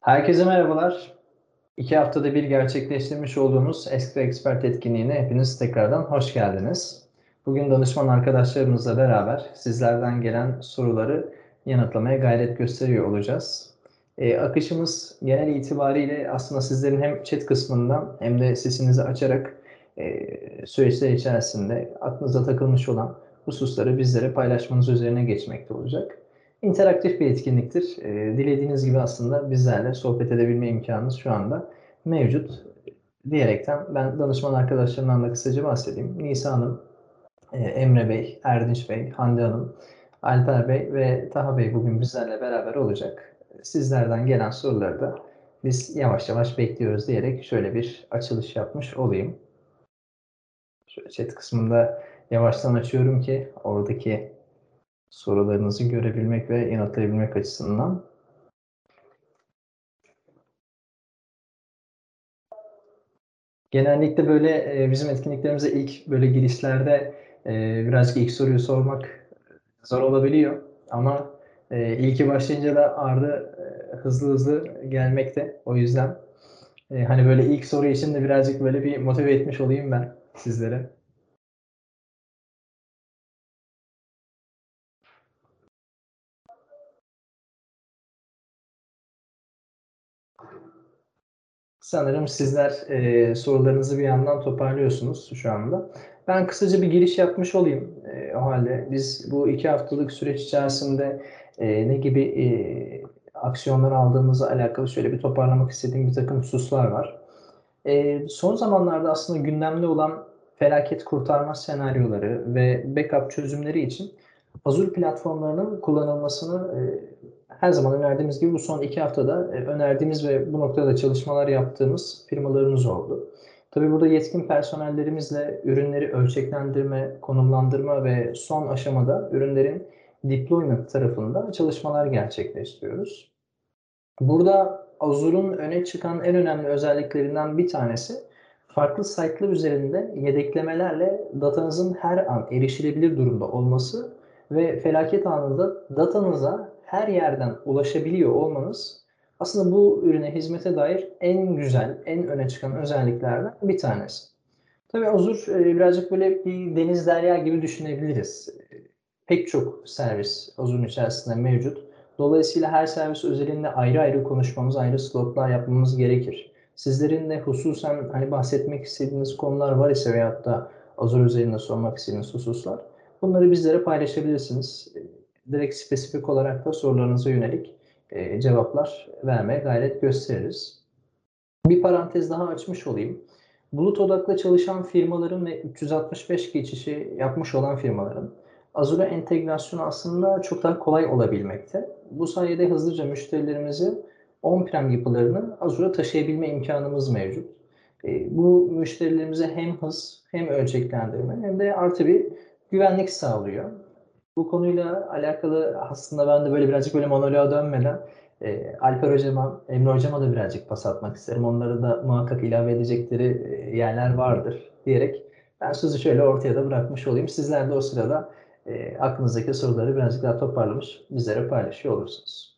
Herkese merhabalar. 2 haftada bir gerçekleştirmiş olduğumuz Eskri Expert etkinliğine hepiniz tekrardan hoş geldiniz. Bugün danışman arkadaşlarımızla beraber sizlerden gelen soruları yanıtlamaya gayret gösteriyor olacağız. Akışımız genel itibariyle aslında sizlerin hem chat kısmından hem de sesinizi açarak süreçler içerisinde aklınıza takılmış olan hususları bizlere paylaşmanız üzerine geçmekte olacak. İnteraktif bir etkinliktir. Dilediğiniz gibi aslında bizlerle sohbet edebilme imkanınız şu anda mevcut diyerekten ben danışman arkadaşlarımdan da kısaca bahsedeyim. Nisa Hanım, Emre Bey, Erdinç Bey, Hande Hanım, Alper Bey ve Taha Bey bugün bizlerle beraber olacak. Sizlerden gelen soruları da biz yavaş yavaş bekliyoruz diyerek şöyle bir açılış yapmış olayım. Şöyle chat kısmında yavaştan açıyorum ki oradaki sorularınızı görebilmek ve yanıtlayabilmek açısından. Genellikle böyle bizim etkinliklerimize ilk böyle girişlerde birazcık ilk soruyu sormak zor olabiliyor. Ama ilki başlayınca da ardı hızlı hızlı gelmekte. O yüzden hani böyle ilk soru için de birazcık böyle bir motive etmiş olayım ben sizlere. Sanırım sizler sorularınızı bir yandan toparlıyorsunuz şu anda. Ben kısaca bir giriş yapmış olayım o halde. Biz bu 2 haftalık süreç içerisinde ne gibi aksiyonlar aldığımızla alakalı şöyle bir toparlamak istediğim bir takım hususlar var. Son zamanlarda aslında gündemde olan felaket kurtarma senaryoları ve backup çözümleri için Azure platformlarının kullanılmasını her zaman önerdiğimiz gibi bu son 2 haftada önerdiğimiz ve bu noktada çalışmalar yaptığımız firmalarımız oldu. Tabii burada yetkin personellerimizle ürünleri ölçeklendirme, konumlandırma ve son aşamada ürünlerin deployment tarafında çalışmalar gerçekleştiriyoruz. Burada Azure'un öne çıkan en önemli özelliklerinden bir tanesi farklı site'lar üzerinde yedeklemelerle datanızın her an erişilebilir durumda olması ve felaket anında datanıza her yerden ulaşabiliyor olmanız aslında bu ürüne hizmete dair en güzel, en öne çıkan özelliklerden bir tanesi. Tabii Azure birazcık böyle bir deniz derya gibi düşünebiliriz. Pek çok servis Azure'un içerisinde mevcut. Dolayısıyla her servis özelinde ayrı ayrı konuşmamız, ayrı slotlar yapmamız gerekir. Sizlerin de hususen hani bahsetmek istediğiniz konular var ise veyahut da Azure üzerinde sormak istediğiniz hususlar, bunları bizlere paylaşabilirsiniz. Direkt spesifik olarak da sorularınıza yönelik cevaplar vermeye gayret gösteririz. Bir parantez daha açmış olayım. Bulut odaklı çalışan firmaların ve 365 geçişi yapmış olan firmaların Azure entegrasyonu aslında çok daha kolay olabilmekte. Bu sayede hızlıca müşterilerimizi on-prem yapılarını Azure'a taşıyabilme imkanımız mevcut. Bu müşterilerimize hem hız hem ölçeklendirme hem de artı bir güvenlik sağlıyor. Bu konuyla alakalı aslında ben de böyle birazcık böyle monoloğa dönmeden Alper Hocama, Emre Hocama da birazcık pas atmak isterim. Onları da muhakkak ilave edecekleri yerler vardır diyerek ben sözü şöyle ortaya da bırakmış olayım. Sizler de o sırada aklınızdaki soruları birazcık daha toparlamış bizlere paylaşıyor olursunuz.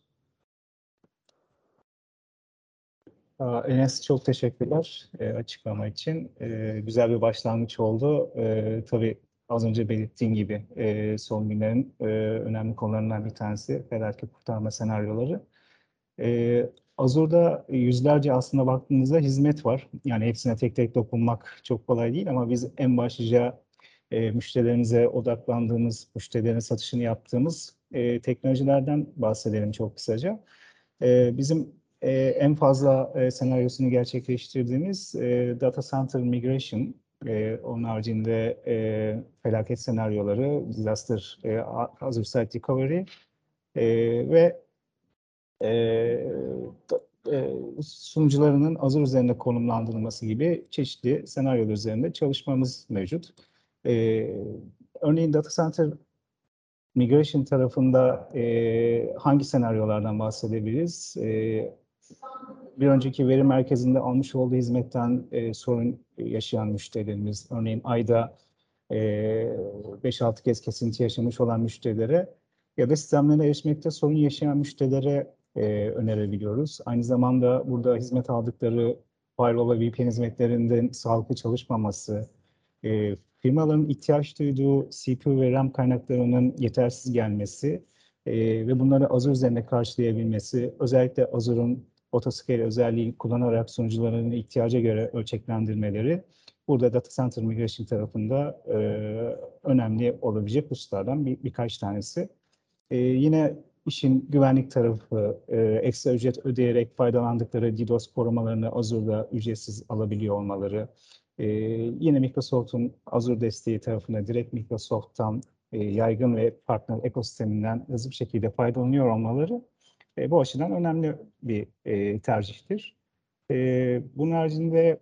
Enes, çok teşekkürler açıklama için. Güzel bir başlangıç oldu. Tabii az önce belirttiğin gibi son günlerin önemli konularından bir tanesi felaket kurtarma senaryoları. Azure'da yüzlerce aslında baktığınızda hizmet var. Yani hepsine tek tek dokunmak çok kolay değil ama biz en başlıca müşterilerimize odaklandığımız, müşterilerin satışını yaptığımız teknolojilerden bahsedelim çok kısaca. Bizim en fazla senaryosunu gerçekleştirdiğimiz data center migration, onun haricinde felaket senaryoları, disaster, Azure Site Recovery ve sunucularının Azure üzerinde konumlandırılması gibi çeşitli senaryolar üzerinde çalışmamız mevcut. Örneğin data center migration tarafında hangi senaryolardan bahsedebiliriz? Bir önceki veri merkezinde almış olduğu hizmetten sorun yaşayan müşterilerimiz, örneğin ayda 5-6 kez kesinti yaşamış olan müşterilere ya da sistemlerine erişmekte sorun yaşayan müşterilere önerebiliyoruz. Aynı zamanda burada hizmet aldıkları firewall ve VPN hizmetlerinin sağlıklı çalışmaması, firmaların ihtiyaç duyduğu CPU ve RAM kaynaklarının yetersiz gelmesi ve bunları Azure üzerinde karşılayabilmesi, özellikle Azure'un autoscale özelliği kullanarak sunucuların ihtiyaca göre ölçeklendirmeleri burada data center migration tarafında önemli olabilecek hususlardan birkaç tanesi. Yine işin güvenlik tarafı, ekstra ücret ödeyerek faydalandıkları DDoS korumalarını Azure'da ücretsiz alabiliyor olmaları, yine Microsoft'un Azure desteği tarafında direkt Microsoft'tan yaygın ve partner ekosisteminden hızlı bir şekilde faydalanıyor olmaları bu açıdan önemli bir tercihtir. Bunun haricinde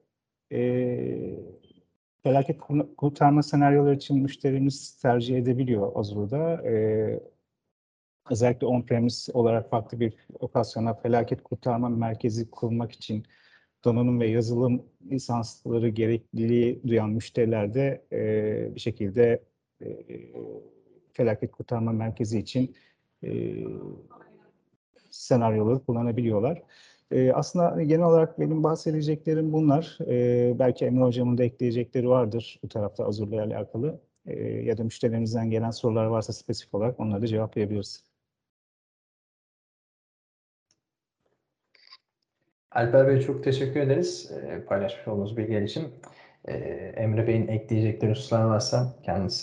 felaket kurtarma senaryoları için müşterimiz tercih edebiliyor Azure'da. Özellikle on-premise olarak farklı bir lokasyona felaket kurtarma merkezi kurmak için donanım ve yazılım lisansları gerekliliği duyan müşteriler de bir şekilde e, felaket kurtarma merkezi için e, senaryoları kullanabiliyorlar. Aslında genel olarak benim bahsedeceklerim bunlar. Belki Emre Hocam'ın da ekleyecekleri vardır bu tarafta Azure'la alakalı. Ya da müşterilerimizden gelen sorular varsa spesifik olarak onları da cevaplayabiliriz. Alper Bey çok teşekkür ederiz paylaşmış olduğunuz bilgiler için. Emre Bey'in ekleyecekleri hususlar varsa kendisi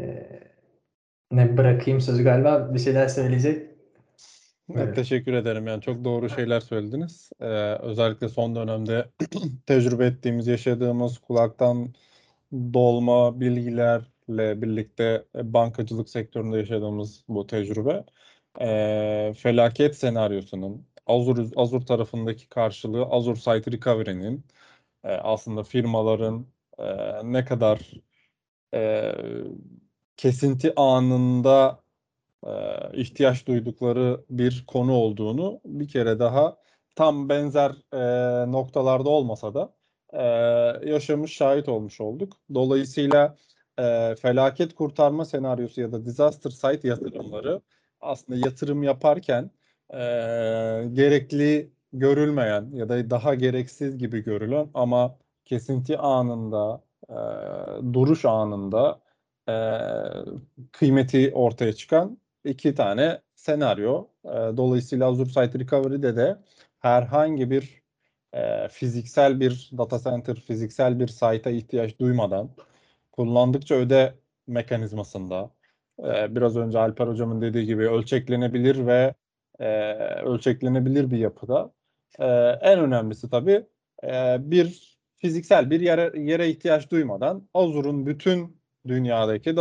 ne bırakayım sözü, galiba bir şeyler söyleyecek. Evet, Buyurun. teşekkür ederim. Yani çok doğru şeyler söylediniz. Özellikle son dönemde tecrübe ettiğimiz, yaşadığımız kulaktan dolma bilgilerle birlikte bankacılık sektöründe yaşadığımız bu tecrübe felaket senaryosunun Azure tarafındaki karşılığı Azure Site Recovery'nin aslında firmaların ne kadar e, kesinti anında ihtiyaç duydukları bir konu olduğunu bir kere daha tam benzer noktalarda olmasa da yaşamış, şahit olmuş olduk. Dolayısıyla felaket kurtarma senaryosu ya da disaster site yatırımları aslında yatırım yaparken e, gerekli görülmeyen ya da daha gereksiz gibi görülen ama kesinti anında, duruş anında e, kıymeti ortaya çıkan iki tane senaryo. Dolayısıyla Azure Site Recovery'de de herhangi bir fiziksel bir data center, fiziksel bir site'a ihtiyaç duymadan kullandıkça öde mekanizmasında biraz önce Alper Hocam'ın dediği gibi ölçeklenebilir ve ölçeklenebilir bir yapıda. En önemlisi tabii bir fiziksel bir yere ihtiyaç duymadan Azure'un bütün dünyadaki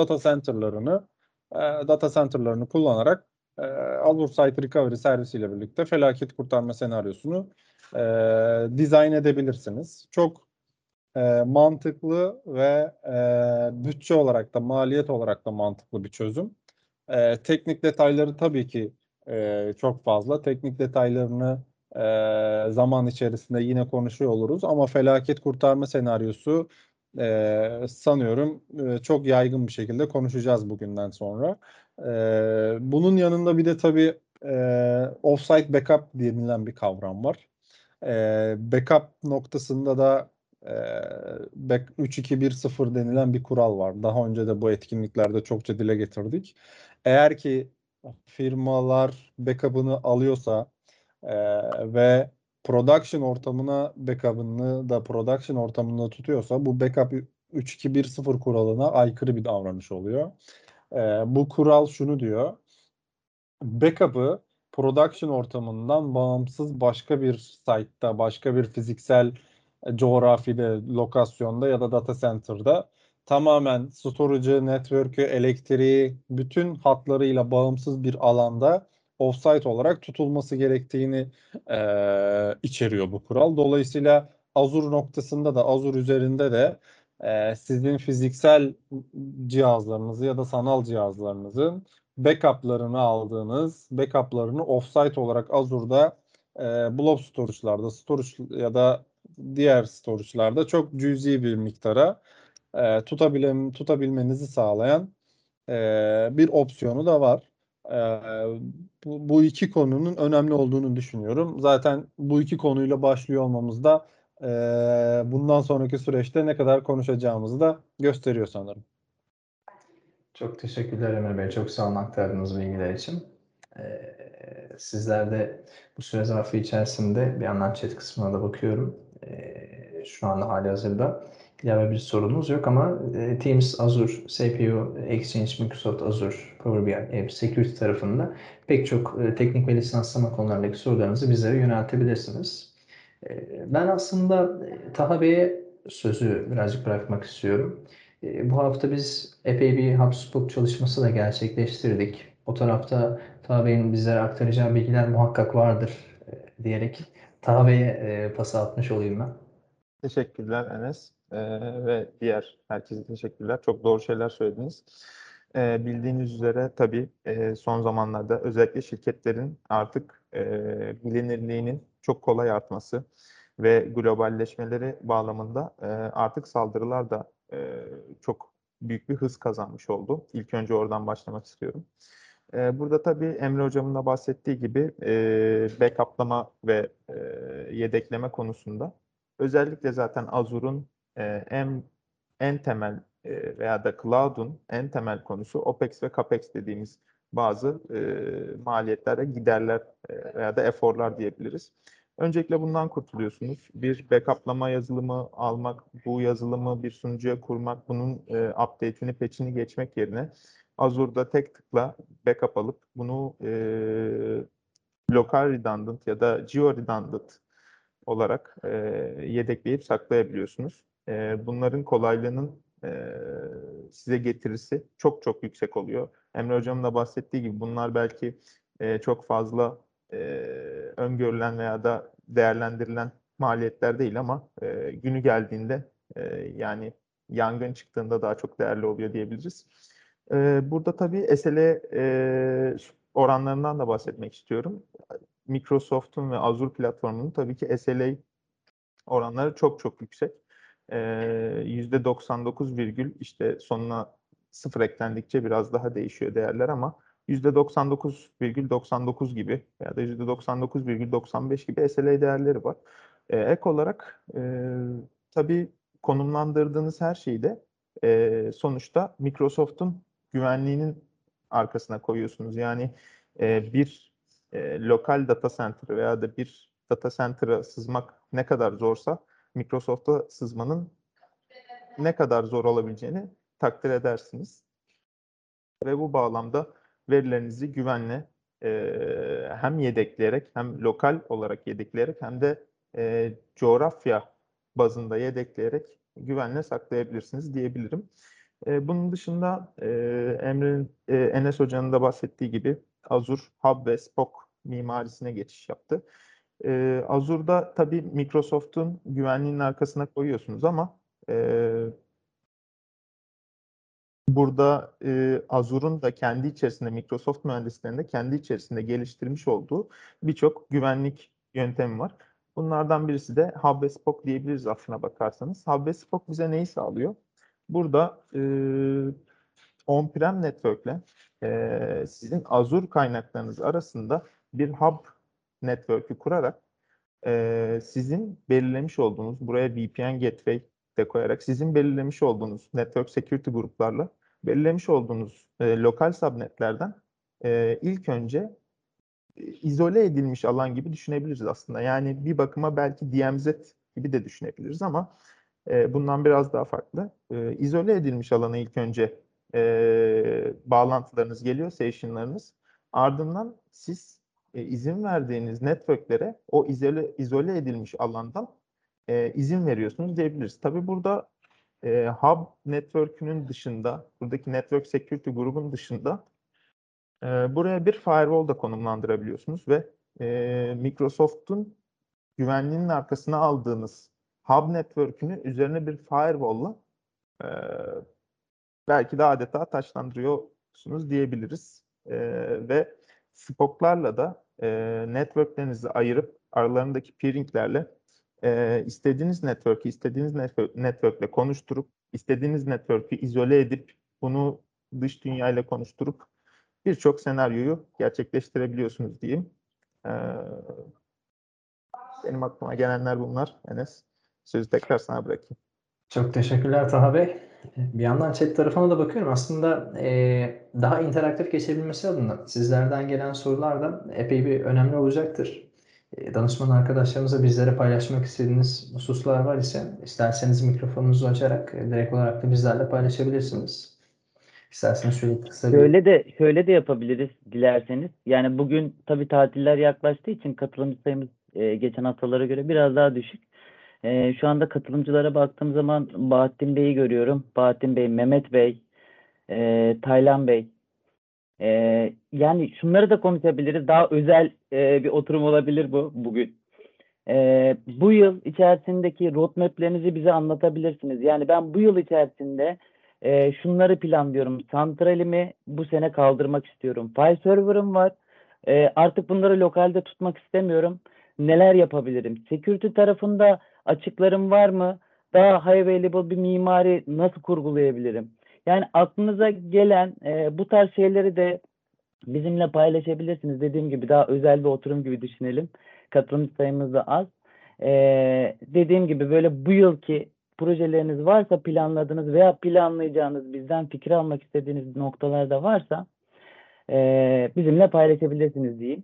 data center'larını kullanarak Azure Site Recovery servisiyle birlikte felaket kurtarma senaryosunu dizayn edebilirsiniz. Çok mantıklı ve bütçe olarak da maliyet olarak da mantıklı bir çözüm. Teknik detayları tabii ki çok fazla. Teknik detaylarını zaman içerisinde yine konuşuyor oluruz ama felaket kurtarma senaryosu sanıyorum çok yaygın bir şekilde konuşacağız bugünden sonra. Bunun yanında bir de tabii offsite backup denilen bir kavram var. Backup noktasında da 3-2-1-0 denilen bir kural var. Daha önce de bu etkinliklerde çokça dile getirdik. Eğer ki firmalar backup'ını alıyorsa ve production ortamında tutuyorsa bu backup 3-2-1-0 kuralına aykırı bir davranış oluyor. Bu kural şunu diyor: backup'ı production ortamından bağımsız başka bir site'da, başka bir fiziksel coğrafide, lokasyonda ya da data center'da tamamen storage'ı, network'ü, elektriği, bütün hatlarıyla bağımsız bir alanda offsite olarak tutulması gerektiğini içeriyor bu kural. Dolayısıyla Azure noktasında da, Azure üzerinde de sizin fiziksel cihazlarınızı ya da sanal cihazlarınızın backup'larını offsite olarak Azure'da blob storage'larda, storage ya da diğer storage'larda çok cüzi bir miktara tutabilmenizi sağlayan bir opsiyonu da var. Bu iki konunun önemli olduğunu düşünüyorum. Zaten bu iki konuyla başlıyor olmamız da bundan sonraki süreçte ne kadar konuşacağımızı da gösteriyor sanırım. Çok teşekkürler Emre Bey. Çok sağ olun aktardığınız bilgiler için. Sizler de bu süre zarfı içerisinde bir yandan chat kısmına da bakıyorum. Şu anda halihazırda ilave bir sorunuz yok ama Teams, Azure, CPU, Exchange, Microsoft Azure, Power BI, Security tarafında pek çok teknik ve lisanslama konularındaki sorularınızı bizlere yöneltebilirsiniz. Ben aslında Taha Bey'e sözü birazcık bırakmak istiyorum. Bu hafta biz epey bir HubSpot çalışması da gerçekleştirdik. O tarafta Taha Bey'in bizlere aktaracağı bilgiler muhakkak vardır diyerek Taha Bey'e pası atmış olayım ben. Teşekkürler Enes. Ve diğer herkese teşekkürler. Çok doğru şeyler söylediniz. Bildiğiniz üzere tabii son zamanlarda özellikle şirketlerin artık bilinirliğinin çok kolay artması ve globalleşmeleri bağlamında artık saldırılar da çok büyük bir hız kazanmış oldu. İlk önce oradan başlamak istiyorum. Burada tabii Emre Hocam'ın da bahsettiği gibi backuplama ve yedekleme konusunda özellikle zaten Azure'un en temel veya da Cloud'un en temel konusu OPEX ve CAPEX dediğimiz bazı maliyetler ve giderler veya da eforlar diyebiliriz. Öncelikle bundan kurtuluyorsunuz. Bir backuplama yazılımı almak, bu yazılımı bir sunucuya kurmak, bunun update'ini, patch'ini geçmek yerine Azure'da tek tıkla backup alıp bunu lokal redundant ya da geo redundant olarak yedekleyip saklayabiliyorsunuz. Bunların kolaylığının size getirisi çok çok yüksek oluyor. Emre Hocam'ın da bahsettiği gibi bunlar belki çok fazla öngörülen veya da değerlendirilen maliyetler değil ama günü geldiğinde yani yangın çıktığında daha çok değerli oluyor diyebiliriz. Burada tabii SLA oranlarından da bahsetmek istiyorum. Microsoft'un ve Azure platformunun tabii ki SLA oranları çok çok yüksek. %99 virgül işte sonuna sıfır eklendikçe biraz daha değişiyor değerler ama %99,99 gibi ya da %99,95 gibi SLA değerleri var. Ek olarak tabii konumlandırdığınız her şeyi de sonuçta Microsoft'un güvenliğinin arkasına koyuyorsunuz. Yani bir lokal data center veya da bir data center'a sızmak ne kadar zorsa Microsoft'a sızmanın ne kadar zor olabileceğini takdir edersiniz. Ve bu bağlamda verilerinizi güvenle hem yedekleyerek hem lokal olarak yedekleyerek hem de coğrafya bazında yedekleyerek güvenle saklayabilirsiniz diyebilirim. Bunun dışında Enes Hoca'nın da bahsettiği gibi Azure Hub ve Spoke mimarisine geçiş yaptı. Azure'da tabii Microsoft'un güvenliğinin arkasına koyuyorsunuz ama burada Azure'un da kendi içerisinde Microsoft mühendislerinde kendi içerisinde geliştirmiş olduğu birçok güvenlik yöntemi var. Bunlardan birisi de Hub ve Spoke diyebiliriz aslına bakarsanız. Hub ve Spoke bize neyi sağlıyor? Burada on-prem network'le sizin Azure kaynaklarınız arasında bir hub network'ü kurarak sizin belirlemiş olduğunuz buraya VPN gateway de koyarak sizin belirlemiş olduğunuz network security gruplarla belirlemiş olduğunuz lokal subnetlerden ilk önce izole edilmiş alan gibi düşünebiliriz aslında. Yani bir bakıma belki DMZ gibi de düşünebiliriz ama bundan biraz daha farklı. İzole edilmiş alana ilk önce bağlantılarınız geliyor, session'larınız. Ardından siz izin verdiğiniz networklere o izole edilmiş alandan izin veriyorsunuz diyebiliriz. Tabii burada hub network'ünün dışında, buradaki network security grubun dışında buraya bir firewall da konumlandırabiliyorsunuz ve Microsoft'un güvenliğinin arkasına aldığınız hub network'ünü üzerine bir firewall'la belki de adeta taşlandırıyorsunuz diyebiliriz. Ve spoklarla da networklerinizi ayırıp aralarındaki peeringlerle istediğiniz network'ü istediğiniz network'le konuşturup istediğiniz network'ü izole edip bunu dış dünyayla konuşturup birçok senaryoyu gerçekleştirebiliyorsunuz diyeyim. Benim aklıma gelenler bunlar Enes. Sözü tekrar sana bırakayım. Çok teşekkürler Taha Bey. Bir yandan chat tarafına da bakıyorum. Aslında daha interaktif geçebilmesi adına sizlerden gelen sorular da epey bir önemli olacaktır. Danışman arkadaşlarımıza bizlere paylaşmak istediğiniz hususlar var ise isterseniz mikrofonunuzu açarak direkt olarak da bizlerle paylaşabilirsiniz. İsterseniz şöyle kısa bir... Şöyle de yapabiliriz dilerseniz. Yani bugün tabii tatiller yaklaştığı için katılımcı sayımız geçen haftalara göre biraz daha düşük. Şu anda katılımcılara baktığım zaman Bahattin Bey'i görüyorum. Bahattin Bey, Mehmet Bey, Taylan Bey. Yani şunları da konuşabiliriz. Daha özel bir oturum olabilir bu bugün. Bu yıl içerisindeki roadmap'lerinizi bize anlatabilirsiniz. Yani ben bu yıl içerisinde şunları planlıyorum. Santralimi bu sene kaldırmak istiyorum. File server'ım var. Artık bunları lokalde tutmak istemiyorum. Neler yapabilirim? Security tarafında açıklarım var mı? Daha high available bir mimari nasıl kurgulayabilirim? Yani aklınıza gelen bu tarz şeyleri de bizimle paylaşabilirsiniz. Dediğim gibi daha özel bir oturum gibi düşünelim. Katılımcı sayımız da az. Dediğim gibi böyle bu yılki projeleriniz varsa planladığınız veya planlayacağınız bizden fikir almak istediğiniz noktalar da varsa bizimle paylaşabilirsiniz diyeyim.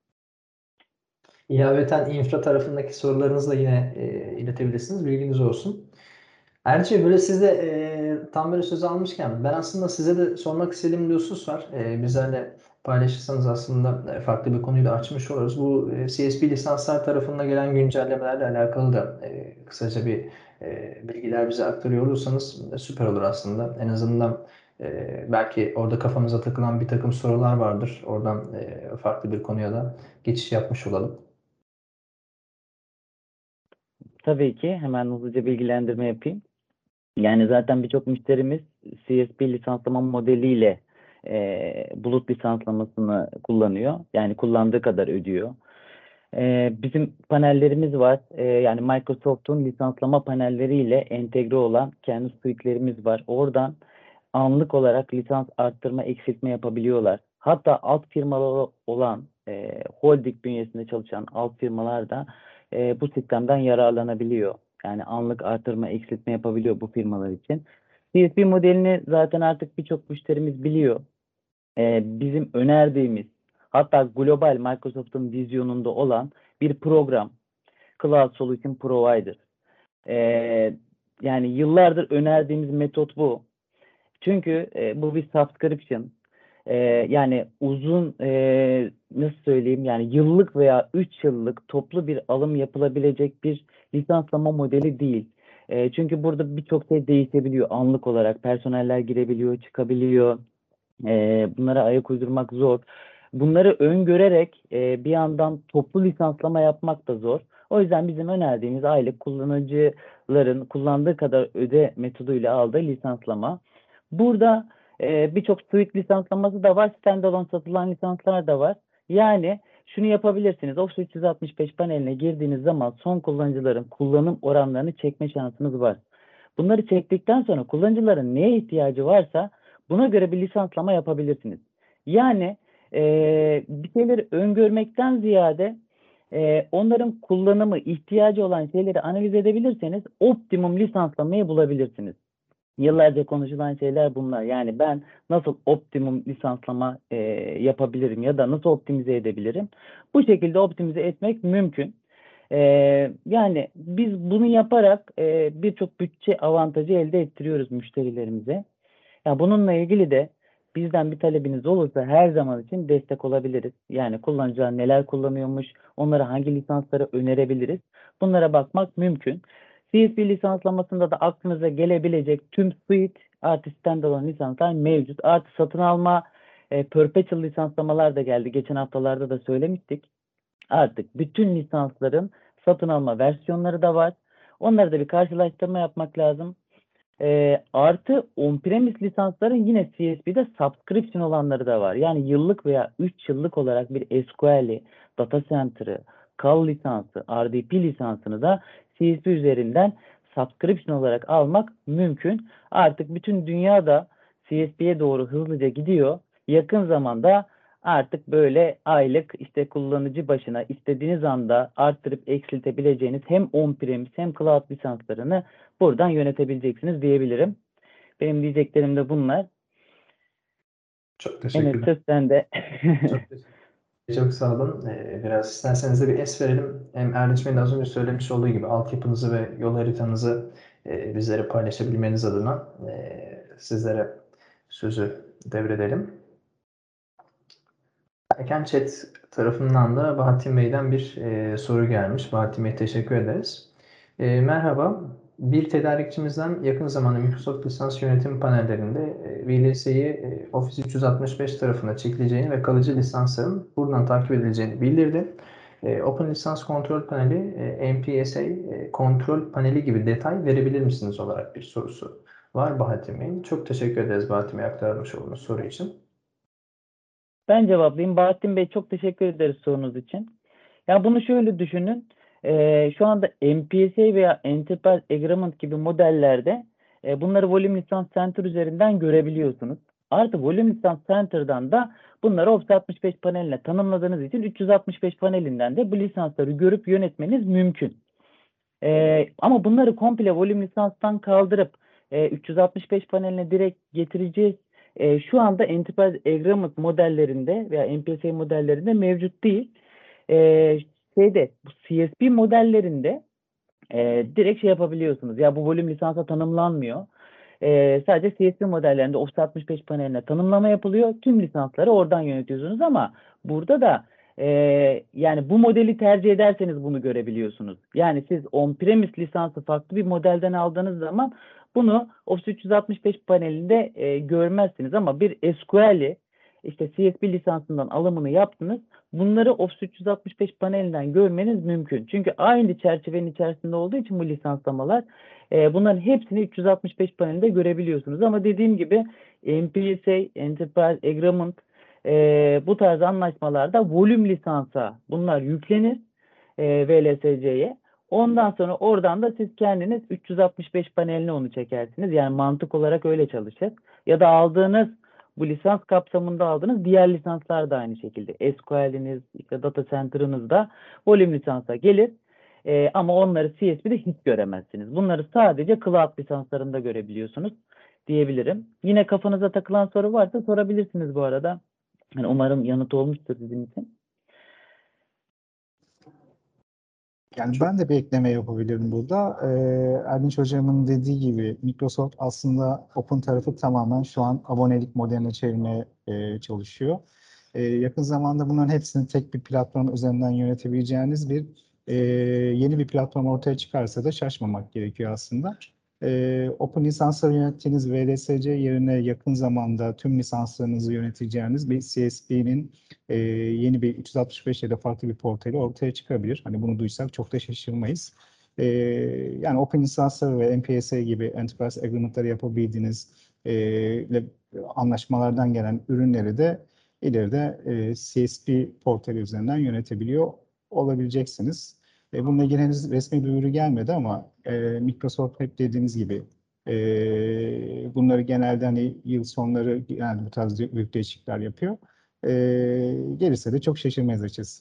İlaveten infra tarafındaki sorularınızı da yine iletebilirsiniz. Bilginiz olsun. Erçi böyle siz de tam böyle söz almışken ben aslında size de sormak istediğim bir husus var. Bizlerle paylaşırsanız aslında farklı bir konuyu da açmış oluruz. Bu CSP lisanslar tarafında gelen güncellemelerle alakalı da kısaca bir bilgiler bize aktarıyor olursanız süper olur aslında. En azından belki orada kafamıza takılan bir takım sorular vardır. Oradan farklı bir konuya da geçiş yapmış olalım. Tabii ki hemen hızlıca bilgilendirme yapayım. Yani zaten birçok müşterimiz CSP lisanslama modeliyle bulut lisanslamasını kullanıyor. Yani kullandığı kadar ödüyor. Bizim panellerimiz var. Yani Microsoft'un lisanslama panelleriyle entegre olan kendi suite'lerimiz var. Oradan anlık olarak lisans arttırma, eksiltme yapabiliyorlar. Hatta alt firmaları olan holding bünyesinde çalışan alt firmalar da bu sistemden yararlanabiliyor. Yani anlık artırma, eksiltme yapabiliyor bu firmalar için. CSP modelini zaten artık birçok müşterimiz biliyor. Bizim önerdiğimiz, hatta global Microsoft'un vizyonunda olan bir program, Cloud Solution Provider. Yani yıllardır önerdiğimiz metot bu. Çünkü bu bir subscription. Yani uzun nasıl söyleyeyim, yani yıllık veya 3 yıllık toplu bir alım yapılabilecek bir lisanslama modeli değil. Çünkü burada birçok şey değişebiliyor anlık olarak. Personeller girebiliyor, çıkabiliyor. Bunlara ayak uydurmak zor. Bunları öngörerek bir yandan toplu lisanslama yapmak da zor. O yüzden bizim önerdiğimiz aylık kullanıcıların kullandığı kadar öde metoduyla aldığı lisanslama. Burada birçok suite lisanslaması da var. Standalone satılan lisanslar da var. Yani şunu yapabilirsiniz. Office 365 paneline girdiğiniz zaman son kullanıcıların kullanım oranlarını çekme şansınız var. Bunları çektikten sonra kullanıcıların neye ihtiyacı varsa buna göre bir lisanslama yapabilirsiniz. Yani bir şeyleri öngörmekten ziyade onların kullanımı, ihtiyacı olan şeyleri analiz edebilirseniz optimum lisanslamayı bulabilirsiniz. Yıllarca konuşulan şeyler bunlar. Yani ben nasıl optimum lisanslama yapabilirim ya da nasıl optimize edebilirim? Bu şekilde optimize etmek mümkün. Yani biz bunu yaparak birçok bütçe avantajı elde ettiriyoruz müşterilerimize. Ya bununla ilgili de bizden bir talebiniz olursa her zaman için destek olabiliriz. Yani kullanıcılar neler kullanıyormuş, onlara hangi lisansları önerebiliriz. Bunlara bakmak mümkün. CSP lisanslamasında da aklınıza gelebilecek tüm suite artı standalone lisanslar mevcut. Artı satın alma perpetual lisanslamalar da geldi. Geçen haftalarda da söylemiştik. Artık bütün lisansların satın alma versiyonları da var. Onları da bir karşılaştırma yapmak lazım. Artı on-premise lisansların yine CSP'de subscription olanları da var. Yani yıllık veya 3 yıllık olarak bir SQL'i, data center'ı, CAL lisansı, RDP lisansını da CSP üzerinden subscription olarak almak mümkün. Artık bütün dünya da CSP'ye doğru hızlıca gidiyor. yakın zamanda artık böyle aylık işte kullanıcı başına istediğiniz anda arttırıp eksiltebileceğiniz hem on-premise hem cloud lisanslarını buradan yönetebileceksiniz diyebilirim. Benim diyeceklerim de bunlar. Çok Enes teşekkürler. söz sende. Çok teşekkür Çok sağ olun. Biraz isterseniz de bir es verelim. Hem Erdinç Bey'in az önce söylemiş olduğu gibi altyapınızı ve yol haritanızı bizlere paylaşabilmeniz adına sizlere sözü devredelim. Erken Chat tarafından da Bahattin Bey'den bir soru gelmiş. Bahattin Bey teşekkür ederiz. Merhaba. Bir tedarikçimizden yakın zamanda Microsoft lisans yönetim panellerinde VLC'yi Office 365 tarafına çekileceğini ve kalıcı lisansların buradan takip edileceğini bildirdi. Open Lisans Kontrol Paneli, MPSA kontrol paneli gibi detay verebilir misiniz olarak bir sorusu var Bahattin Bey'in. Çok teşekkür ederiz Bahattin Bey aktarmış olduğunuz soru için. Ben cevaplayayım. Bahattin Bey çok teşekkür ederiz sorunuz için. Ya bunu şöyle düşünün. Şu anda MPSA veya Enterprise Agreement gibi modellerde bunları Volume License Center üzerinden görebiliyorsunuz. Artı Volume License Center'dan da bunları Office 365 paneline tanımladığınız için 365 panelinden de bu lisansları görüp yönetmeniz mümkün. Ama bunları komple Volume Lisans'tan kaldırıp 365 paneline direkt getireceğiz. Şu anda Enterprise Agreement modellerinde veya MPSA modellerinde mevcut değil. Bu CSP modellerinde direkt şey yapabiliyorsunuz. Ya bu volüm lisansa tanımlanmıyor. Sadece CSP modellerinde Office 365 paneline tanımlama yapılıyor. Tüm lisansları oradan yönetiyorsunuz ama burada da yani bu modeli tercih ederseniz bunu görebiliyorsunuz. Yani siz on-premise lisansı farklı bir modelden aldığınız zaman bunu Office 365 panelinde görmezsiniz ama bir SQL'i işte CSP lisansından alımını yaptınız. Bunları Office 365 panelinden görmeniz mümkün. Çünkü aynı çerçevenin içerisinde olduğu için bu lisanslamalar bunların hepsini 365 panelinde görebiliyorsunuz. Ama dediğim gibi MPSA, Enterprise Agreement bu tarz anlaşmalarda volüm lisansa bunlar yüklenir VLSC'ye. Ondan sonra oradan da siz kendiniz 365 paneline onu çekersiniz. Yani mantık olarak öyle çalışır. Ya da aldığınız bu lisans kapsamında aldığınız diğer lisanslar da aynı şekilde. SQL'iniz, işte data center'ınız da volüm lisansa gelir. Ama onları CSP'de hiç göremezsiniz. Bunları sadece cloud lisanslarında görebiliyorsunuz diyebilirim. Yine kafanıza takılan soru varsa sorabilirsiniz bu arada. Yani umarım yanıt olmuştur sizin için. Yani ben de bir ekleme yapabilirim burada. Erdinç Hocam'ın dediği gibi Microsoft aslında Open tarafı tamamen şu an abonelik modeline çevirmeye çalışıyor. Yakın zamanda bunların hepsini tek bir platform üzerinden yönetebileceğiniz yeni bir platform ortaya çıkarsa da şaşmamak gerekiyor aslında. Open lisansları yönettiğiniz VLSC yerine yakın zamanda tüm lisanslarınızı yöneteceğiniz bir CSP'nin yeni bir 365 ya da farklı bir portali ortaya çıkabilir. Hani bunu duysak çok da şaşırmayız. Yani Open lisansları ve MPSA gibi Enterprise Agreement'ları yapabildiğiniz anlaşmalardan gelen ürünleri de ileride CSP portali üzerinden yönetebiliyor olabileceksiniz. Bununla ilgili henüz resmi bir duyuru gelmedi ama Microsoft hep dediğiniz gibi bunları genelde hani yıl sonları yani bu tarz büyük değişiklikler yapıyor. Gelirse de çok şaşırmayız açıkçası.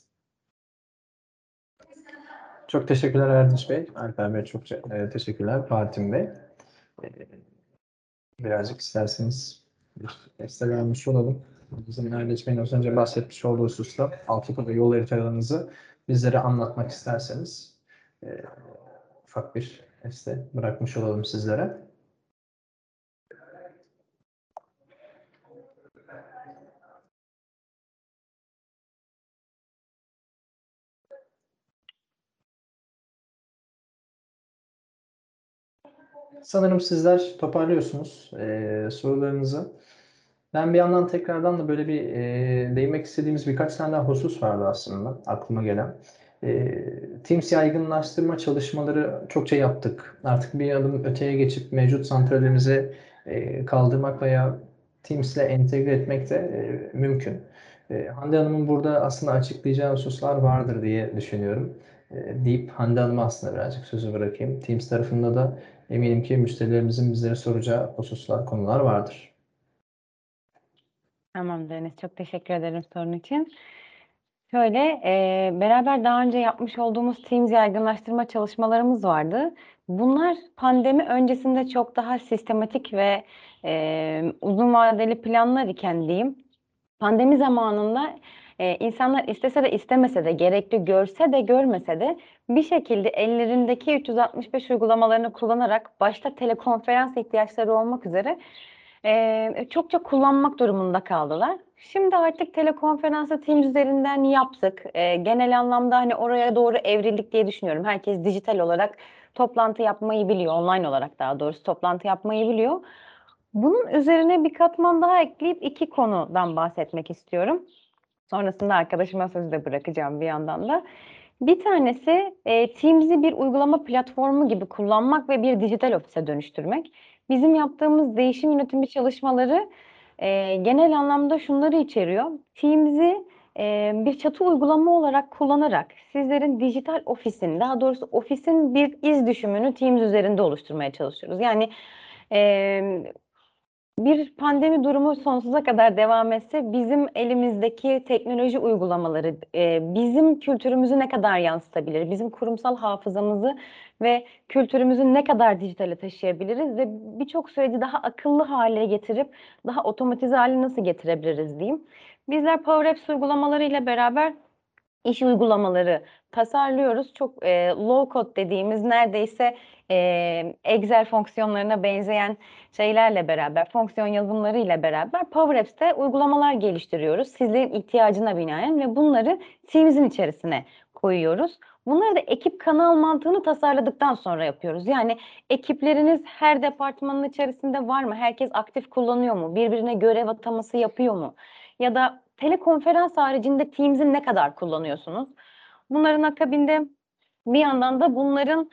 Çok teşekkürler Erdinç Bey. Alper Bey çok teşekkürler. Fatih Bey. Birazcık isterseniz bir destek vermiş olalım. Bizim Erdinç Bey'in az önce bahsetmiş olduğu hususta altyapı ve yol haritalarınızı bizlere anlatmak isterseniz ufak bir destek bırakmış olalım sizlere. Sanırım sizler toparlıyorsunuz sorularınızı. Ben bir yandan tekrardan da böyle bir değinmek istediğimiz birkaç tane daha husus vardı aslında aklıma gelen. Teams yaygınlaştırma çalışmaları çokça yaptık. Artık bir adım öteye geçip mevcut santralimizi kaldırmak veya Teams ile entegre etmek de mümkün. Hande Hanım'ın burada aslında açıklayacağı hususlar vardır diye düşünüyorum. Deyip Hande Hanım'a aslında birazcık sözü bırakayım. Teams tarafında da eminim ki müşterilerimizin bizlere soracağı hususlar, konular vardır. Tamam Deniz, çok teşekkür ederim sorun için. Şöyle, beraber daha önce yapmış olduğumuz Teams yaygınlaştırma çalışmalarımız vardı. Bunlar pandemi öncesinde çok daha sistematik ve uzun vadeli planlar iken diyeyim. Pandemi zamanında insanlar istese de istemese de, gerekli görse de görmese de bir şekilde ellerindeki 365 uygulamalarını kullanarak başta telekonferans ihtiyaçları olmak üzere çok kullanmak durumunda kaldılar. Şimdi artık telekonferansı Teams üzerinden yaptık. Genel anlamda hani oraya doğru evrildik diye düşünüyorum. Herkes dijital olarak toplantı yapmayı biliyor, online olarak daha doğrusu toplantı yapmayı biliyor. Bunun üzerine bir katman daha ekleyip iki konudan bahsetmek istiyorum. Sonrasında arkadaşıma sözü de bırakacağım bir yandan da. Bir tanesi Teams'i bir uygulama platformu gibi kullanmak ve bir dijital ofise dönüştürmek. Bizim yaptığımız değişim yönetimi çalışmaları genel anlamda şunları içeriyor. Teams'i bir çatı uygulama olarak kullanarak sizlerin dijital ofisin, daha doğrusu ofisin bir iz düşümünü Teams üzerinde oluşturmaya çalışıyoruz. Yani bir pandemi durumu sonsuza kadar devam etse bizim elimizdeki teknoloji uygulamaları bizim kültürümüzü ne kadar yansıtabilir? Bizim kurumsal hafızamızı ve kültürümüzü ne kadar dijitale taşıyabiliriz ve birçok süreci daha akıllı hale getirip daha otomatize hale nasıl getirebiliriz diyeyim. Bizler Power Apps uygulamaları ile beraber iş uygulamaları tasarlıyoruz. Çok low code dediğimiz neredeyse Excel fonksiyonlarına benzeyen şeylerle beraber, fonksiyon yazılımları ile beraber Power Apps'te uygulamalar geliştiriyoruz. Sizlerin ihtiyacına binaen ve bunları Teams'in içerisine koyuyoruz. Bunları da ekip kanal mantığını tasarladıktan sonra yapıyoruz. Yani ekipleriniz her departmanın içerisinde var mı? Herkes aktif kullanıyor mu? Birbirine görev ataması yapıyor mu? Ya da telekonferans haricinde Teams'i ne kadar kullanıyorsunuz? Bunların akabinde bir yandan da bunların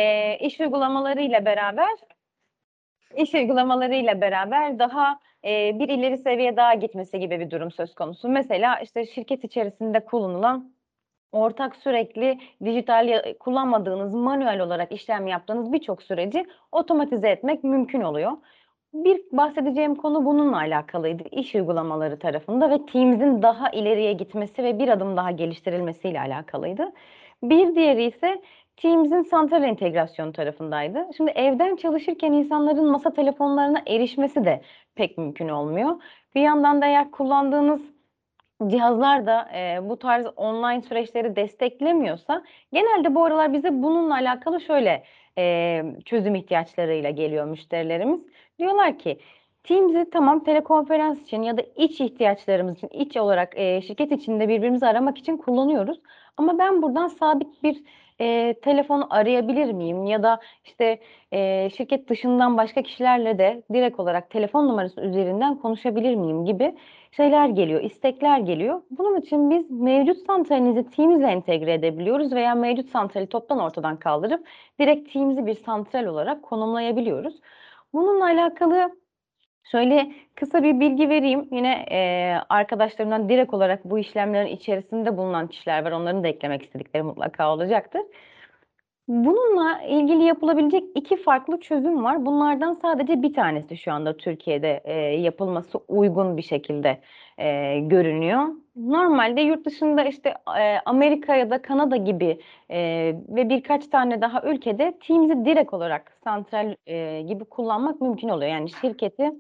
iş uygulamalarıyla beraber daha bir ileri seviye daha gitmesi gibi bir durum söz konusu. Mesela işte şirket içerisinde kullanılan ortak sürekli dijital kullanmadığınız, manuel olarak işlem yaptığınız birçok süreci otomatize etmek mümkün oluyor. Bir bahsedeceğim konu bununla alakalıydı. İş uygulamaları tarafında ve Teams'in daha ileriye gitmesi ve bir adım daha geliştirilmesiyle alakalıydı. Bir diğeri ise Teams'in santral entegrasyonu tarafındaydı. Şimdi evden çalışırken insanların masa telefonlarına erişmesi de pek mümkün olmuyor. Bir yandan da eğer kullandığınız cihazlar da bu tarz online süreçleri desteklemiyorsa genelde bu aralar bize bununla alakalı şöyle çözüm ihtiyaçlarıyla geliyor müşterilerimiz. Diyorlar ki Teams'i tamam telekonferans için ya da iç ihtiyaçlarımız için iç olarak şirket içinde birbirimizi aramak için kullanıyoruz. Ama ben buradan sabit bir telefonu arayabilir miyim? Ya da işte şirket dışından başka kişilerle de direkt olarak telefon numarası üzerinden konuşabilir miyim gibi şeyler geliyor, istekler geliyor. Bunun için biz mevcut santralinizi Teams'le entegre edebiliyoruz veya mevcut santrali toptan ortadan kaldırıp direkt Teams'i bir santral olarak konumlayabiliyoruz. Bununla alakalı şöyle kısa bir bilgi vereyim. Yine arkadaşlarımdan direkt olarak bu işlemlerin içerisinde bulunan kişiler var. Onların da eklemek istedikleri mutlaka olacaktır. Bununla ilgili yapılabilecek iki farklı çözüm var. Bunlardan sadece bir tanesi şu anda Türkiye'de yapılması uygun bir şekilde görünüyor. Normalde yurt dışında işte Amerika ya da Kanada gibi ve birkaç tane daha ülkede Teams'i direkt olarak santral gibi kullanmak mümkün oluyor. Yani şirketi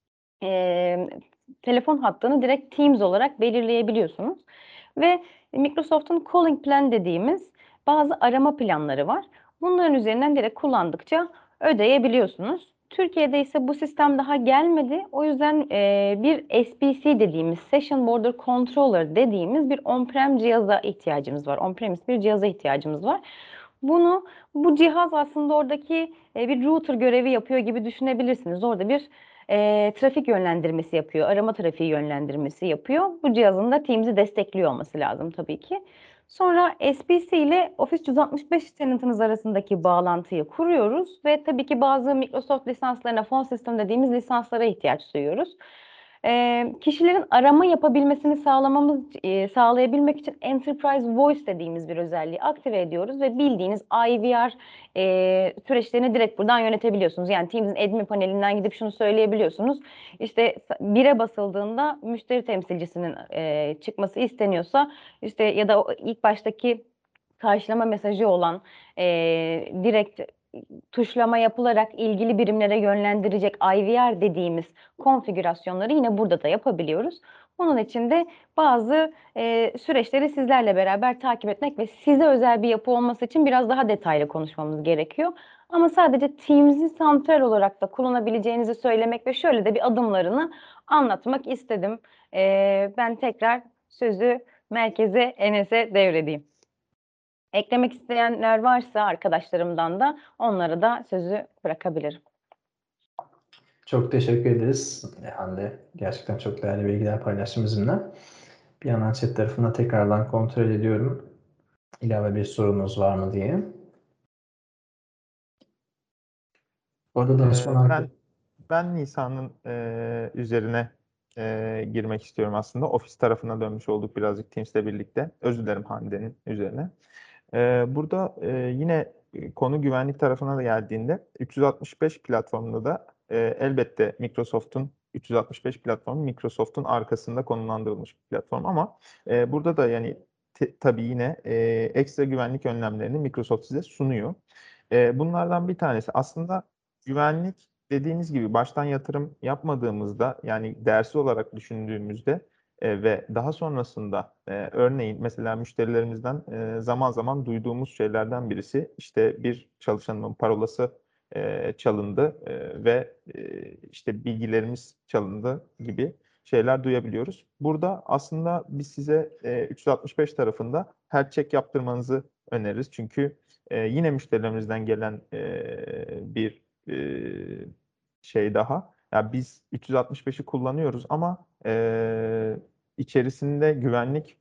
telefon hattını direkt Teams olarak belirleyebiliyorsunuz. Ve Microsoft'un Calling Plan dediğimiz bazı arama planları var. Bunların üzerinden direkt kullandıkça ödeyebiliyorsunuz. Türkiye'de ise bu sistem daha gelmedi. O yüzden bir SBC dediğimiz Session Border Controller dediğimiz bir on-prem cihaza ihtiyacımız var. On-premise bir cihaza ihtiyacımız var. Bu cihaz aslında oradaki bir router görevi yapıyor gibi düşünebilirsiniz. Orada bir trafik yönlendirmesi yapıyor, arama trafiği yönlendirmesi yapıyor. Bu cihazın da Teams'i destekliyor olması lazım tabii ki. Sonra SBC ile Office 365 tenantınız arasındaki bağlantıyı kuruyoruz ve tabii ki bazı Microsoft lisanslarına, phone system dediğimiz lisanslara ihtiyaç duyuyoruz. Kişilerin arama yapabilmesini sağlayabilmek için Enterprise Voice dediğimiz bir özelliği aktive ediyoruz ve bildiğiniz IVR süreçlerini direkt buradan yönetebiliyorsunuz. Yani Teams'in admin panelinden gidip şunu söyleyebiliyorsunuz. İşte 1'e basıldığında müşteri temsilcisinin çıkması isteniyorsa işte ya da ilk baştaki karşılama mesajı olan direkt tuşlama yapılarak ilgili birimlere yönlendirecek IVR dediğimiz konfigürasyonları yine burada da yapabiliyoruz. Bunun için de bazı süreçleri sizlerle beraber takip etmek ve size özel bir yapı olması için biraz daha detaylı konuşmamız gerekiyor. Ama sadece Teams'i santral olarak da kullanabileceğinizi söylemek ve şöyle de bir adımlarını anlatmak istedim. Ben tekrar sözü merkeze, Enes'e devredeyim. Eklemek isteyenler varsa arkadaşlarımdan da onlara da sözü bırakabilirim. Çok teşekkür ederiz Hande. Gerçekten çok değerli bilgiler paylaştın bizimle. Bir yandan chat tarafında tekrardan kontrol ediyorum. İlave bir sorunuz var mı diye. Orada danışman Ben Nisan'ın üzerine girmek istiyorum aslında. Ofis tarafına dönmüş olduk birazcık Teams'le birlikte. Özür dilerim Hande'nin üzerine. Burada yine konu güvenlik tarafına da geldiğinde 365 platformunda da elbette Microsoft'un 365 platformu Microsoft'un arkasında konumlandırılmış bir platform ama burada da yani tabii yine ekstra güvenlik önlemlerini Microsoft size sunuyor. Bunlardan bir tanesi aslında güvenlik dediğiniz gibi baştan yatırım yapmadığımızda yani değersiz olarak düşündüğümüzde ve daha sonrasında örneğin mesela müşterilerimizden zaman zaman duyduğumuz şeylerden birisi işte bir çalışanın parolası çalındı ve işte bilgilerimiz çalındı gibi şeyler duyabiliyoruz. Burada aslında biz size 365 tarafında health check yaptırmanızı öneririz. Çünkü yine müşterilerimizden gelen bir şey daha. Ya biz 365'i kullanıyoruz ama içerisinde güvenlik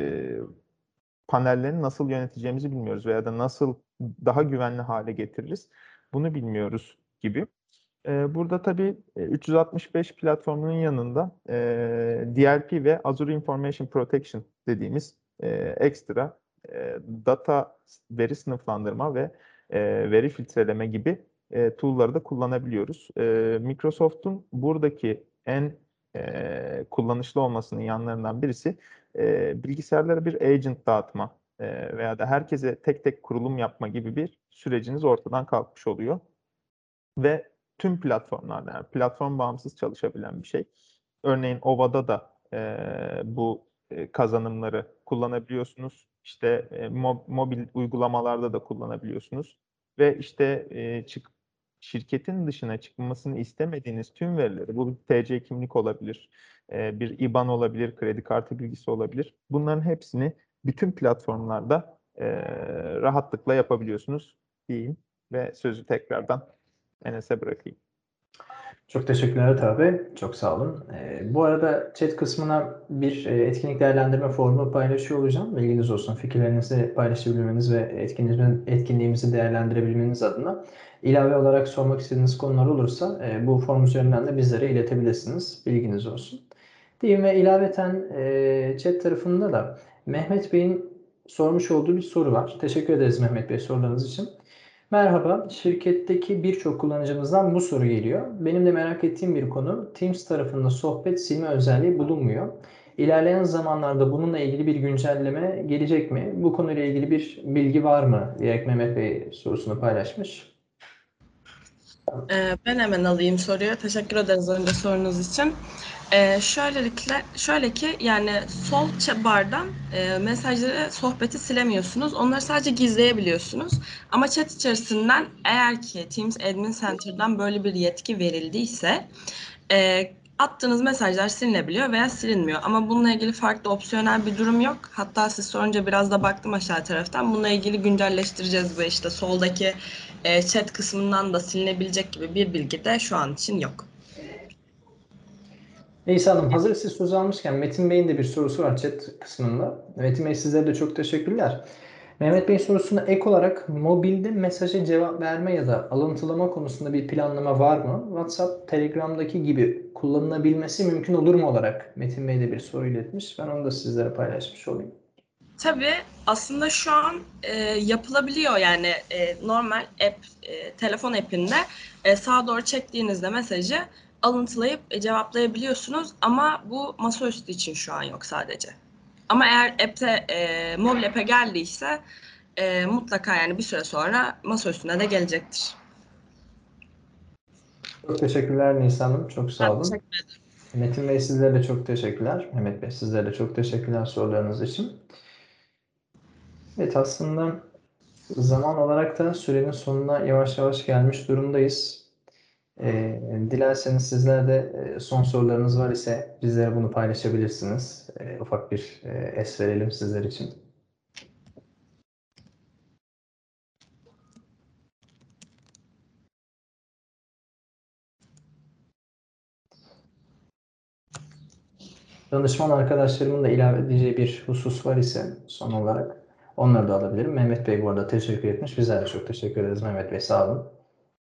panellerini nasıl yöneteceğimizi bilmiyoruz veya da nasıl daha güvenli hale getiririz bunu bilmiyoruz gibi. Burada tabii 365 platformunun yanında DLP ve Azure Information Protection dediğimiz ekstra data veri sınıflandırma ve veri filtreleme gibi tool'ları da kullanabiliyoruz. Microsoft'un buradaki en kullanışlı olmasının yanlarından birisi bilgisayarlara bir agent dağıtma veya da herkese tek tek kurulum yapma gibi bir süreciniz ortadan kalkmış oluyor. Ve tüm platformlarda yani platform bağımsız çalışabilen bir şey. Örneğin Ova'da da bu kazanımları kullanabiliyorsunuz. İşte mobil uygulamalarda da kullanabiliyorsunuz. Ve işte şirketin dışına çıkmasını istemediğiniz tüm verileri, bu TC kimlik olabilir, bir IBAN olabilir, kredi kartı bilgisi olabilir. Bunların hepsini bütün platformlarda rahatlıkla yapabiliyorsunuz diyeyim ve sözü tekrardan Enes'e bırakayım. Çok teşekkürler Ata Bey. Çok sağ olun. Bu arada chat kısmına bir etkinlik değerlendirme formu paylaşıyor olacağım. Bilginiz olsun. Fikirlerinizi paylaşabilmeniz ve etkinliğimizi değerlendirebilmeniz adına ilave olarak sormak istediğiniz konular olursa bu form üzerinden de bizlere iletebilirsiniz. Bilginiz olsun. Diyeyim ve ilaveten chat tarafında da Mehmet Bey'in sormuş olduğu bir soru var. Teşekkür ederiz Mehmet Bey sorularınız için. Merhaba, şirketteki birçok kullanıcımızdan bu soru geliyor. Benim de merak ettiğim bir konu, Teams tarafında sohbet silme özelliği bulunmuyor. İlerleyen zamanlarda bununla ilgili bir güncelleme gelecek mi? Bu konuyla ilgili bir bilgi var mı? Diyerek Mehmet Bey sorusunu paylaşmış. Ben hemen alayım soruyu. Teşekkür ederiz önce sorunuz için. Şöyle ki yani sol bardan mesajları, sohbeti silemiyorsunuz. Onları sadece gizleyebiliyorsunuz. Ama chat içerisinden eğer ki Teams Admin Center'dan böyle bir yetki verildiyse attığınız mesajlar silinebiliyor veya silinmiyor. Ama bununla ilgili farklı opsiyonel bir durum yok. Hatta siz sorunca biraz da baktım aşağı taraftan. Bununla ilgili güncelleştireceğiz ve işte soldaki chat kısmından da silinebilecek gibi bir bilgi de şu an için yok. Neyse Hanım, hazır siz söz almışken Metin Bey'in de bir sorusu var chat kısmında. Metin Bey sizlere de çok teşekkürler. Mehmet Bey sorusuna ek olarak mobilde mesaja cevap verme ya da alıntılama konusunda bir planlama var mı? WhatsApp, Telegram'daki gibi kullanılabilmesi mümkün olur mu olarak Metin Bey de bir soru iletmiş. Ben onu da sizlere paylaşmış olayım. Tabii aslında şu an yapılabiliyor yani normal telefon app'inde sağa doğru çektiğinizde mesajı alıntılayıp cevaplayabiliyorsunuz ama bu masaüstü için şu an yok sadece. Ama eğer mobil app'e geldiyse mutlaka yani bir süre sonra masaüstüne de gelecektir. Çok teşekkürler Nisan Hanım. Çok sağ Ben olun. teşekkür ederim. Metin Bey sizlere de çok teşekkürler. Mehmet Bey sizlere de çok teşekkürler sorularınız için. Evet, aslında zaman olarak da sürenin sonuna yavaş yavaş gelmiş durumdayız. Dilerseniz sizler de son sorularınız var ise bizlere bunu paylaşabilirsiniz. Ufak bir es verelim sizler için. Danışman arkadaşlarımın da ilave edeceği bir husus var ise son olarak onları da alabilirim. Mehmet Bey bu arada teşekkür etmiş. Bizler de çok teşekkür ederiz Mehmet Bey. Sağ olun.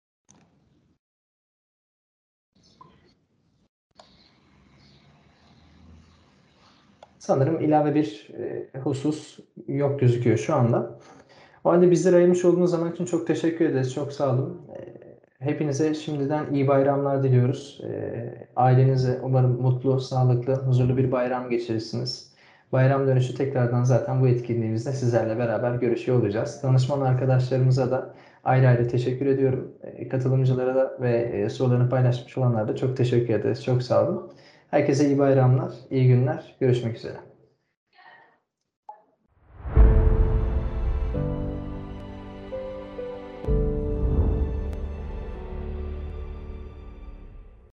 Sanırım ilave bir husus yok gözüküyor şu anda. O halde bizlere ayırmış olduğunuz zaman için çok teşekkür ederiz. Çok sağ olun. Hepinize şimdiden iyi bayramlar diliyoruz. Ailenize umarım mutlu, sağlıklı, huzurlu bir bayram geçirirsiniz. Bayram dönüşü tekrardan zaten bu etkinliğimizde sizlerle beraber görüşüyor olacağız. Danışman arkadaşlarımıza da ayrı ayrı teşekkür ediyorum. Katılımcılara da ve sorularını paylaşmış olanlara da çok teşekkür ederiz. Çok sağ olun. Herkese iyi bayramlar, iyi günler. Görüşmek üzere.